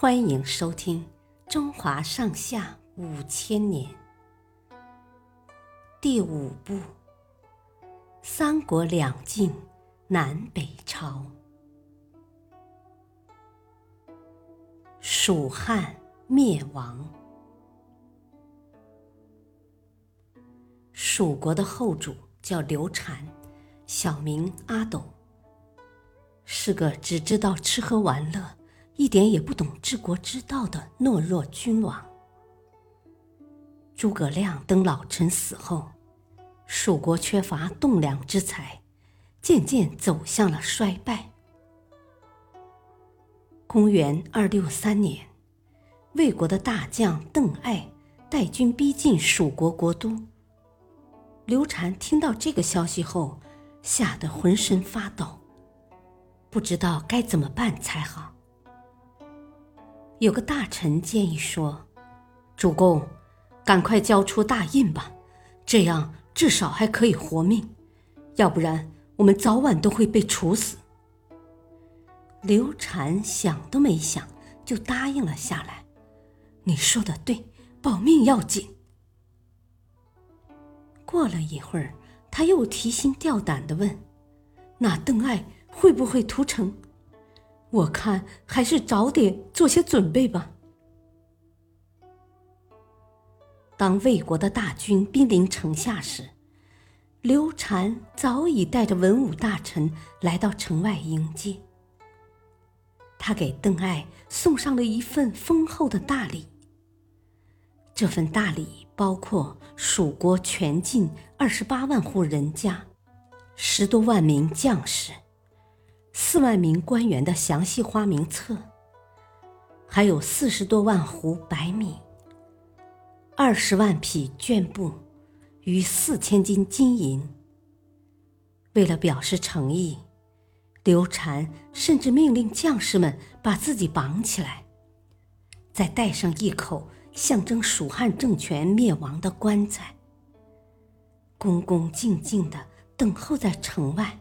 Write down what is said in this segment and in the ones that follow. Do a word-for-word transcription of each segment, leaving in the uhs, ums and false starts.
欢迎收听《中华上下五千年》第五部《三国两晋南北朝》。蜀汉灭亡。蜀国的后主叫刘禅，小名阿斗，是个只知道吃喝玩乐，一点也不懂治国之道的懦弱君王。诸葛亮等老臣死后，蜀国缺乏栋梁之才，渐渐走向了衰败。公元二六三年，魏国的大将邓艾带军逼近蜀国国都。刘禅听到这个消息后，吓得浑身发抖，不知道该怎么办才好。有个大臣建议说：“主公，赶快交出大印吧，这样至少还可以活命，要不然我们早晚都会被处死。”刘禅想都没想就答应了下来：“你说的对，保命要紧。”过了一会儿，他又提心吊胆地问：“那邓艾会不会屠城？我看还是早点做些准备吧。”当魏国的大军兵临城下时，刘禅早已带着文武大臣来到城外迎接。他给邓艾送上了一份丰厚的大礼。这份大礼包括蜀国全境二十八万户人家，十多万名将士，四万名官员的详细花名册，还有四十多万斛白米，二十万匹绢布与四千斤金银。为了表示诚意，刘禅甚至命令将士们把自己绑起来，再戴上一口象征蜀汉政权灭亡的棺材，恭恭敬敬地等候在城外。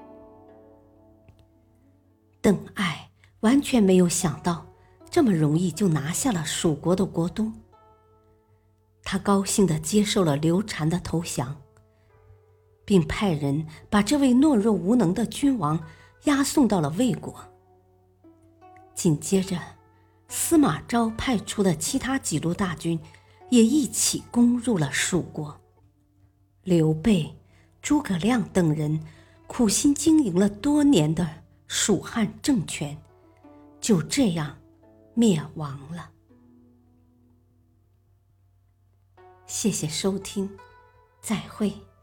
邓艾完全没有想到这么容易就拿下了蜀国的国都，他高兴地接受了刘禅的投降，并派人把这位懦弱无能的君王押送到了魏国。紧接着，司马昭派出的其他几路大军也一起攻入了蜀国。刘备、诸葛亮等人苦心经营了多年的蜀汉政权，就这样灭亡了。谢谢收听，再会。